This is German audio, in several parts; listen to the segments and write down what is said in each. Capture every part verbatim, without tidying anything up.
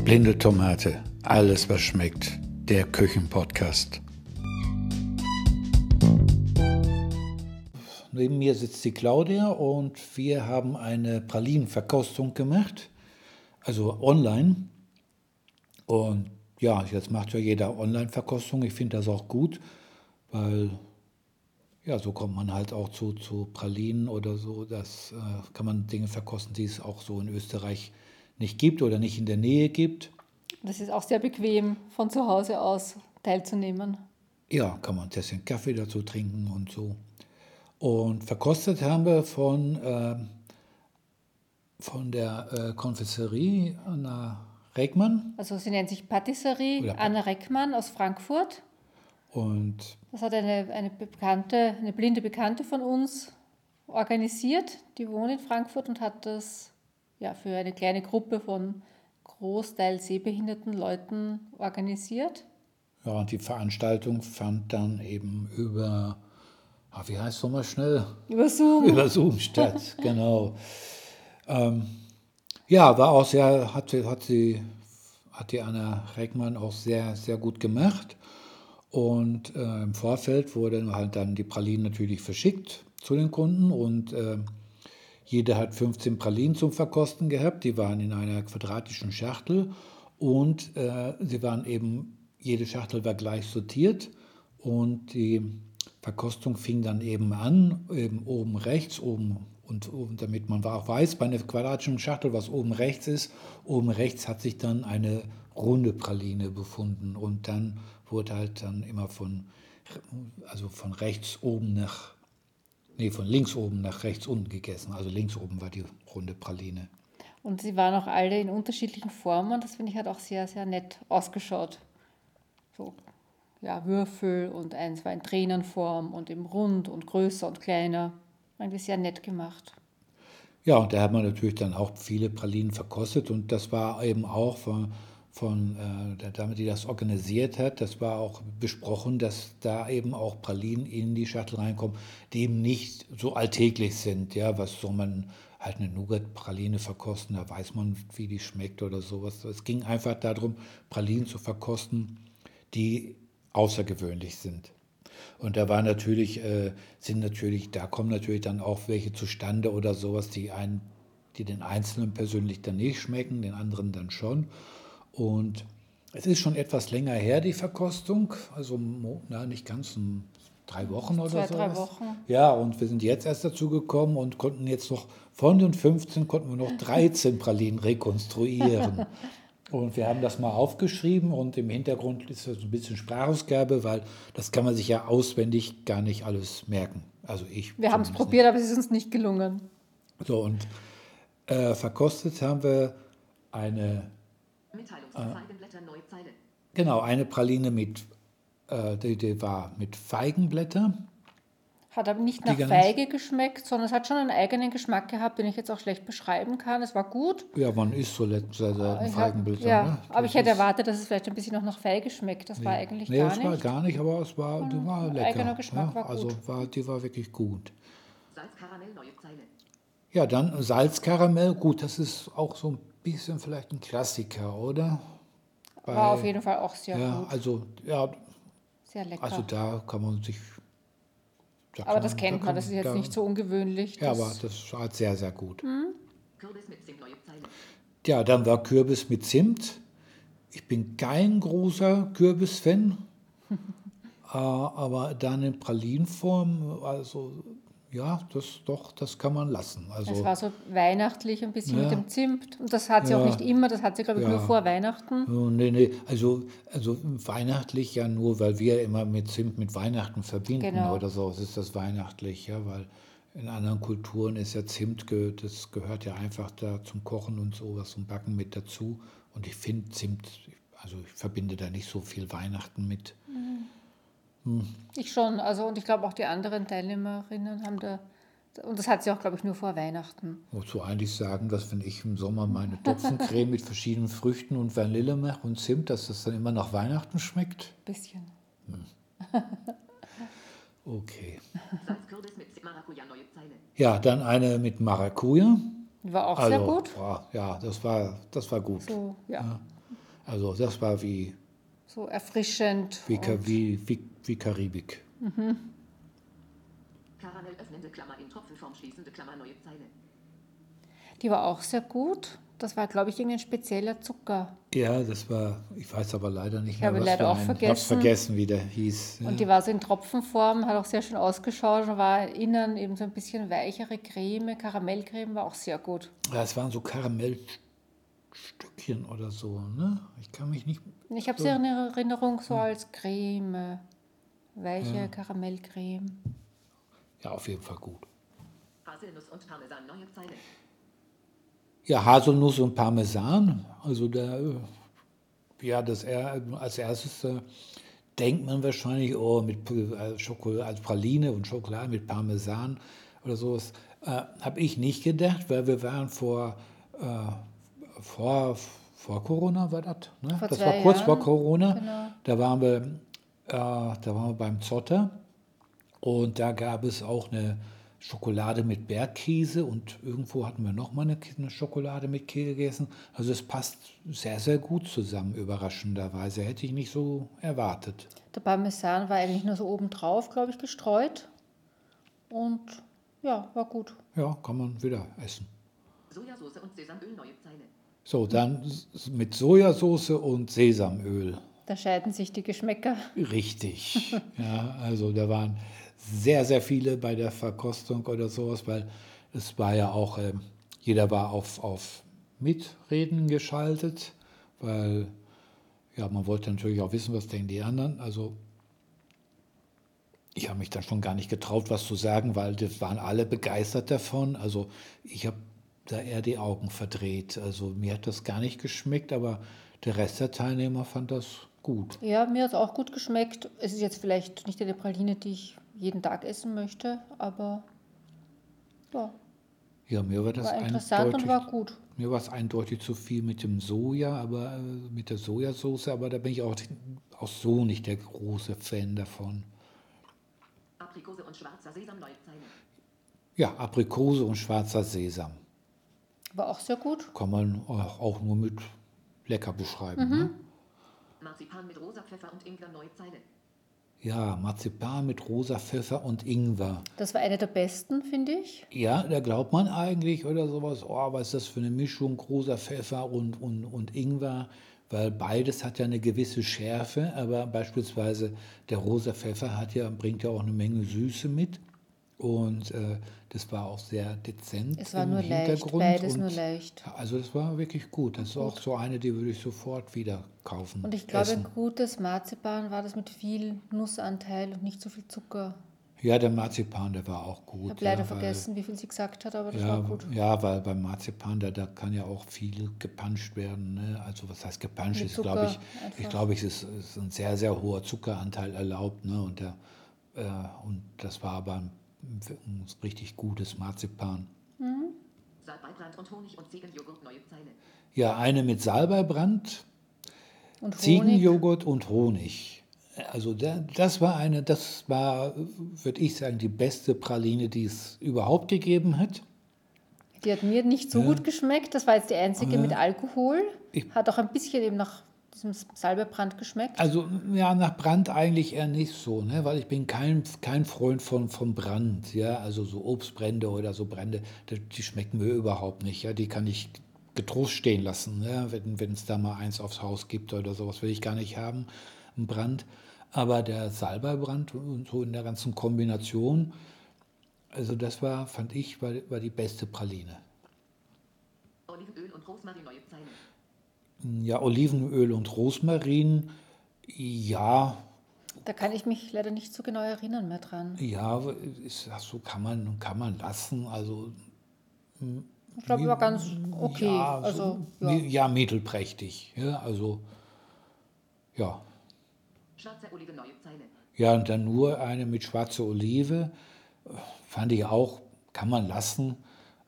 Blinde Tomate, alles was schmeckt, der Küchenpodcast. Neben mir sitzt die Claudia und wir haben eine Pralinenverkostung gemacht, also online. Und ja, jetzt macht ja jeder Online-Verkostung. Ich finde das auch gut, weil ja, so kommt man halt auch zu, zu Pralinen oder so. Das äh, kann man Dinge verkosten, die es auch so in Österreich nicht gibt oder nicht in der Nähe gibt. Das ist auch sehr bequem, von zu Hause aus teilzunehmen. Ja, kann man ein Tässchen Kaffee dazu trinken und so. Und verkostet haben wir von, äh, von der äh, Konfiserie Anna Regmann. Also sie nennt sich Patisserie Oder Pa- Anna Reckmann aus Frankfurt. Und Das hat eine, eine bekannte, eine blinde Bekannte von uns organisiert. Die wohnt in Frankfurt und hat das ja, für eine kleine Gruppe von Großteil sehbehinderten Leuten organisiert. ja, und die Veranstaltung fand dann eben über, ah, wie heißt es nochmal schnell? Über Zoom. Über Zoom statt, genau. Ähm, ja, war auch sehr, hat sie, hat sie, hat die Anna Regmann auch sehr, sehr gut gemacht. Und äh, im Vorfeld wurden halt dann die Pralinen natürlich verschickt zu den Kunden und äh, jeder hat fünfzehn Pralinen zum Verkosten gehabt. Die waren in einer quadratischen Schachtel und äh, sie waren eben, jede Schachtel war gleich sortiert und die Verkostung fing dann eben an, eben oben rechts, oben und oben, damit man auch weiß, bei einer quadratischen Schachtel, was oben rechts ist, oben rechts hat sich dann eine runde Praline befunden und dann wurde halt dann immer von, also von rechts oben nach, nee, von links oben nach rechts unten gegessen. Also links oben war die runde Praline. Und sie waren auch alle in unterschiedlichen Formen. Das finde ich hat auch sehr, sehr nett ausgeschaut. So, ja, Würfel und eins war in Tränenform und im Rund und größer und kleiner. Eigentlich sehr nett gemacht. Ja, und da hat man natürlich dann auch viele Pralinen verkostet und das war eben auch von, von äh, der Dame, die das organisiert hat, das war auch besprochen, dass da eben auch Pralinen in die Schachtel reinkommen, die eben nicht so alltäglich sind. Ja, was soll man halt eine Nougat-Praline verkosten, da weiß man, wie die schmeckt oder sowas. Es ging einfach darum, Pralinen zu verkosten, die außergewöhnlich sind. Und da war natürlich, äh, sind natürlich, da kommen natürlich dann auch welche zustande oder sowas, die einen, die den Einzelnen persönlich dann nicht schmecken, den anderen dann schon. Und es ist schon etwas länger her, die Verkostung, also mo- na, nicht ganz ein, drei Wochen oder Zwei, so. drei Wochen. Ja, und wir sind jetzt erst dazu gekommen und konnten jetzt noch, von den fünfzehn konnten wir noch dreizehn Pralinen rekonstruieren. Und wir haben das mal aufgeschrieben und im Hintergrund ist das ein bisschen Sprachausgabe, weil das kann man sich ja auswendig gar nicht alles merken. Also ich Wir haben es zumindest probiert, aber es ist uns nicht gelungen. nicht. So, und äh, verkostet haben wir eine, Mitteilungsfeigenblätter Neuzeile. genau, eine Praline mit, äh, die, die war mit Feigenblätter. Hat aber nicht Die nach ganz- Feige geschmeckt, sondern es hat schon einen eigenen Geschmack gehabt, den ich jetzt auch schlecht beschreiben kann. Es war gut. Ja, man isst so let- sehr selten Ich hab, Feigenblätter. ja, Ne? aber Das ich hätte ist- erwartet, dass es vielleicht ein bisschen noch nach Feige schmeckt. Das war eigentlich Nee, gar das war nicht. gar nicht, aber es war, die war lecker. eigener Geschmack war Also gut. war, die war wirklich gut. Salzkaramell neue Zeile. Ja, dann Salzkaramell. Gut, das ist auch so ein bisschen vielleicht ein Klassiker, oder? War auf Bei- jeden Fall auch sehr ja, gut. also ja, Sehr lecker. also da kann man sich. Da aber kann das man- kennt da man, kann das ist jetzt da, nicht so ungewöhnlich. Ja, Das- aber das war halt sehr, sehr gut. Kürbis mit Zimt neue Zeile. Ja, dann war Kürbis mit Zimt. Ich bin kein großer Kürbis-Fan, äh, aber dann in Pralinenform, also ja, das doch, das kann man lassen. Es Also war so weihnachtlich ein bisschen Ja. mit dem Zimt. Und das hat sie Ja. auch nicht immer, das hat sie, glaube ich, Ja. nur vor Weihnachten. oh, nee, nee, also, also weihnachtlich ja nur, weil wir immer mit Zimt mit Weihnachten verbinden Genau. oder so. Es ist das weihnachtlich, ja, weil in anderen Kulturen ist ja Zimt, ge- das gehört ja einfach da zum Kochen und sowas, zum Backen mit dazu. Und ich finde Zimt, also ich verbinde da nicht so viel Weihnachten mit. Ich schon, also und ich glaube auch die anderen Teilnehmerinnen haben da, und das hat sie auch, glaube ich, nur vor Weihnachten. Wozu eigentlich sagen, dass wenn ich im Sommer meine Topfencreme mit verschiedenen Früchten und Vanille mache und Zimt, dass das dann immer nach Weihnachten schmeckt? Bisschen. Okay. Salzkürbis mit Zimt Maracuja neue Zeile. Ja, dann eine mit Maracuja. Die war auch Also, sehr gut. boah, ja, das war, das war gut. So, ja. Also das war wie, So erfrischend. wie, Ka- Und wie, wie, wie Karibik. Karamell öffnende Klammer in Tropfenform schließende Klammer neue Zeile. die war auch sehr gut. Das war, glaube ich, irgendein spezieller Zucker. Ja, das war, ich weiß aber leider nicht Ich mehr, habe was leider für auch ein. Ich hab's vergessen. vergessen, wie der hieß. Ja. Und die war so in Tropfenform, hat auch sehr schön ausgeschaut und war innen eben so ein bisschen weichere Creme, Karamellcreme, war auch sehr gut. Ja, es waren so Karamellstückchen oder so, ne? Ich kann mich nicht. Ich habe so, sie in Erinnerung so als Creme, weiche Karamellcreme. Ja, auf jeden Fall gut. Haselnuss und Parmesan neue Zeile. Ja, Haselnuss und Parmesan. Also da, äh, ja, das er, als erstes äh, denkt man wahrscheinlich, oh, mit äh, Schokolade, als Praline und Schokolade mit Parmesan oder sowas. Äh, Habe ich nicht gedacht, weil wir waren vor, äh, vor, vor Corona, war das? Ne? Vor Das zwei war kurz vor Jahren, Corona. genau. Da waren wir, äh, da waren wir beim Zotter. Und da gab es auch eine Schokolade mit Bergkäse und irgendwo hatten wir nochmal eine, eine Schokolade mit Käse gegessen. Also es passt sehr, sehr gut zusammen, überraschenderweise. Hätte ich nicht so erwartet. Der Parmesan war eigentlich nur so obendrauf, glaube ich, gestreut. Und ja, war gut. Ja, kann man wieder essen. Sojasauce und Sesamöl neue Zeile. So, dann s- mit Sojasauce und Sesamöl. Da scheiden sich die Geschmäcker. Richtig. Ja, also da waren sehr, sehr viele bei der Verkostung oder sowas, weil es war ja auch, ähm, jeder war auf, auf Mitreden geschaltet, weil ja, man wollte natürlich auch wissen, was denken die anderen. Also ich habe mich dann schon gar nicht getraut, was zu sagen, weil das waren alle begeistert davon. Also ich habe da eher die Augen verdreht. Also mir hat das gar nicht geschmeckt, aber der Rest der Teilnehmer fand das gut. Ja, mir hat es auch gut geschmeckt. Es ist jetzt vielleicht nicht eine Praline, die ich jeden Tag essen möchte, aber ja, Ja, mir war das war interessant und eindeutig, war gut. mir war es eindeutig zu viel mit dem Soja, aber äh, mit der Sojasauce, aber da bin ich auch, auch so nicht der große Fan davon. Aprikose und schwarzer Sesam neue Zeile. Ja, Aprikose und schwarzer Sesam War auch sehr gut. kann man auch, auch nur mit lecker beschreiben. Ne? Marzipan mit rosa Pfeffer und Ingwer neue Zeile. Ja, Marzipan mit rosa Pfeffer und Ingwer. Das war eine der besten, finde ich. Ja, da glaubt man eigentlich oder sowas, oh, was ist das für eine Mischung, rosa Pfeffer und, und, und Ingwer, weil beides hat ja eine gewisse Schärfe, aber beispielsweise der rosa Pfeffer hat ja, bringt ja auch eine Menge Süße mit und äh, das war auch sehr dezent Es war im nur leicht, Hintergrund. beides und nur leicht. Also das war wirklich gut. Das ist auch so eine, die würde ich sofort wieder kaufen. Und ich glaube, essen. gutes Marzipan war das mit viel Nussanteil und nicht so viel Zucker. Ja, der Marzipan, der war auch gut. Ich habe leider ja, weil- vergessen, wie viel sie gesagt hat, aber das Ja, war gut. ja, weil beim Marzipan, da, da kann ja auch viel gepanscht werden. Ne? Also was heißt gepanscht? Mit Ist, glaube ich, Zucker einfach. ich glaube, es ist, ist ein sehr, sehr hoher Zuckeranteil erlaubt. Ne? Und, der, äh, und das war aber ein, ein richtig gutes Marzipan. Salbeibrand und Honig und Ziegenjoghurt neue Zeile. Ja, eine mit Salbeibrand, Und Honig. Ziegenjoghurt und Honig. Also da, das war eine, das war, würde ich sagen, die beste Praline, die es überhaupt gegeben hat. Die hat mir nicht so gut geschmeckt. Das war jetzt die einzige mit Alkohol. Ich- Hat auch ein bisschen eben nach diesem Salbeibrand geschmeckt. Also ja, nach Brand eigentlich eher nicht so, ne? Weil ich bin kein, kein Freund von, von Brand, ja, also so Obstbrände oder so Brände, die, die schmecken mir überhaupt nicht, ja, die kann ich getrost stehen lassen, ja? wenn wenn es da mal eins aufs Haus gibt oder sowas, will ich gar nicht haben, einen Brand. Aber der Salbeibrand und so in der ganzen Kombination, also das war, fand ich, war, war die beste Praline. Olivenöl und Rosmarin neue Zeile. Ja, Olivenöl und Rosmarin, ja, Da kann ich mich leider nicht so genau erinnern mehr dran. ja, ist, ach so kann man, kann man lassen. Also Ich glaube, war ganz okay. ja, Also, so, ja. ja, mittelprächtig. Ja, also ja. Schwarze Olive neue Zeile. Ja, und dann nur eine mit schwarzer Olive, äh, fand ich auch, kann man lassen.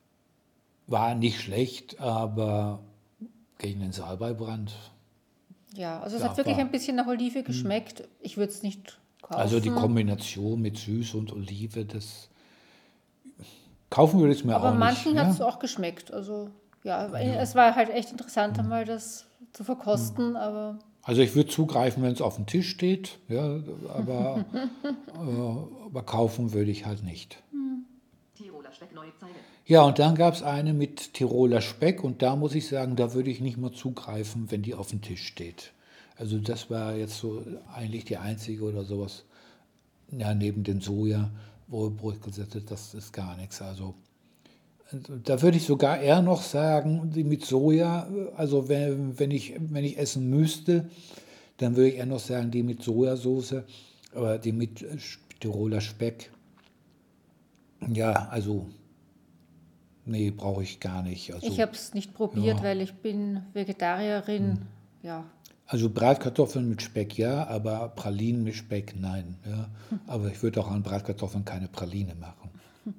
War nicht schlecht, aber gegen den Salbeibrand. Ja, also es Ja, hat wirklich war- ein bisschen nach Olive geschmeckt. Ich würde es nicht kaufen. Also die Kombination mit Süß und Olive, das kaufen würde ich es mir Aber auch manchen nicht. hat es Ja? auch geschmeckt. Also ja, es war halt echt interessant, einmal das zu verkosten, aber Also ich würde zugreifen, wenn es auf dem Tisch steht, ja, aber, äh, aber kaufen würde ich halt nicht. Tiroler Speck, neue Zeile. Ja, und dann gab es eine mit Tiroler Speck und da muss ich sagen, da würde ich nicht mal zugreifen, wenn die auf dem Tisch steht. Also das war jetzt so eigentlich die einzige oder sowas, ja, neben dem Soja, wo, wo ich gesagt habe, das ist gar nichts. Also da würde ich sogar eher noch sagen, die mit Soja, also wenn, wenn ich, wenn ich essen müsste, dann würde ich eher noch sagen, die mit Sojasauce, aber die mit äh, Tiroler Speck, ja, also nee, brauche ich gar nicht. Also, ich habe es nicht probiert, ja. weil ich bin Vegetarierin. Ja, also Bratkartoffeln mit Speck ja, aber Pralinen mit Speck nein. Ja. Aber ich würde auch an Bratkartoffeln keine Praline machen.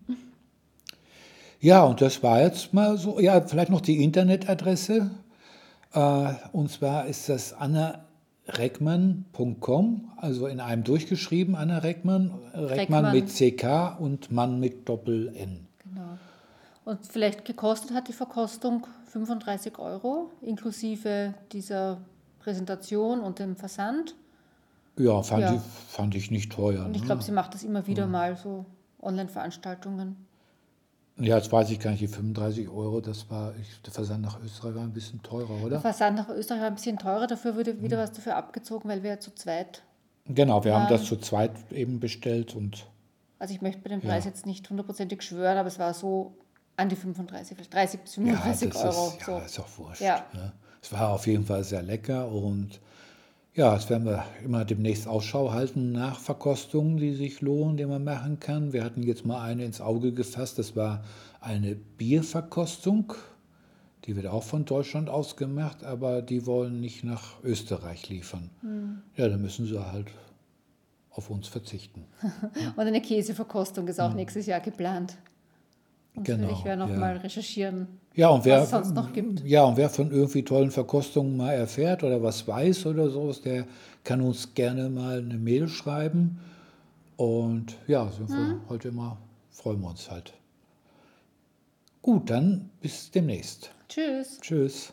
Ja, und das war jetzt mal so, ja, vielleicht noch die Internetadresse. Äh, und zwar ist das anna reckmann punkt com, also in einem durchgeschrieben, Anna Reckmann, Reckmann Reckmann. mit C K und Mann mit Doppel-N. genau. Und vielleicht gekostet hat die Verkostung fünfunddreißig Euro, inklusive dieser Präsentation und dem Versand. Ja, fand, Ja. Ich, fand ich nicht teuer. Und ich ne? glaube, sie macht das immer wieder mal, so Online-Veranstaltungen. Ja, jetzt weiß ich gar nicht, die fünfunddreißig Euro, das war, ich, der Versand nach Österreich war ein bisschen teurer, Der oder? Versand nach Österreich war ein bisschen teurer, dafür wurde wieder was dafür abgezogen, weil wir ja zu zweit. Genau, wir haben Ja. das zu zweit eben bestellt und Also ich möchte bei dem Preis Ja. jetzt nicht hundertprozentig schwören, aber es war so an die fünfunddreißig, vielleicht dreißig bis ja, fünfunddreißig das Euro. ist, so. ja, ist auch wurscht. Ja. Ne? Es war auf jeden Fall sehr lecker und ja, jetzt werden wir immer demnächst Ausschau halten nach Verkostungen, die sich lohnen, die man machen kann. Wir hatten jetzt mal eine ins Auge gefasst, das war eine Bierverkostung. Die wird auch von Deutschland aus gemacht, aber die wollen nicht nach Österreich liefern. Ja, dann müssen sie halt auf uns verzichten. Und eine Käseverkostung ist auch nächstes Jahr geplant. Und Genau, ich werde noch ja. mal recherchieren. Ja, und wer, Was es sonst noch gibt. Ja, und wer von irgendwie tollen Verkostungen mal erfährt oder was weiß oder so, der kann uns gerne mal eine Mail schreiben. Und ja, sind wir heute immer, freuen wir uns halt. Gut, dann bis demnächst. Tschüss. Tschüss.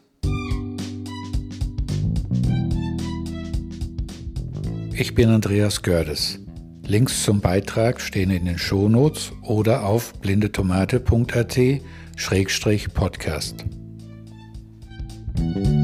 Ich bin Andreas Gördes. Links zum Beitrag stehen in den Shownotes oder auf blindetomate punkt at schrägstrich podcast.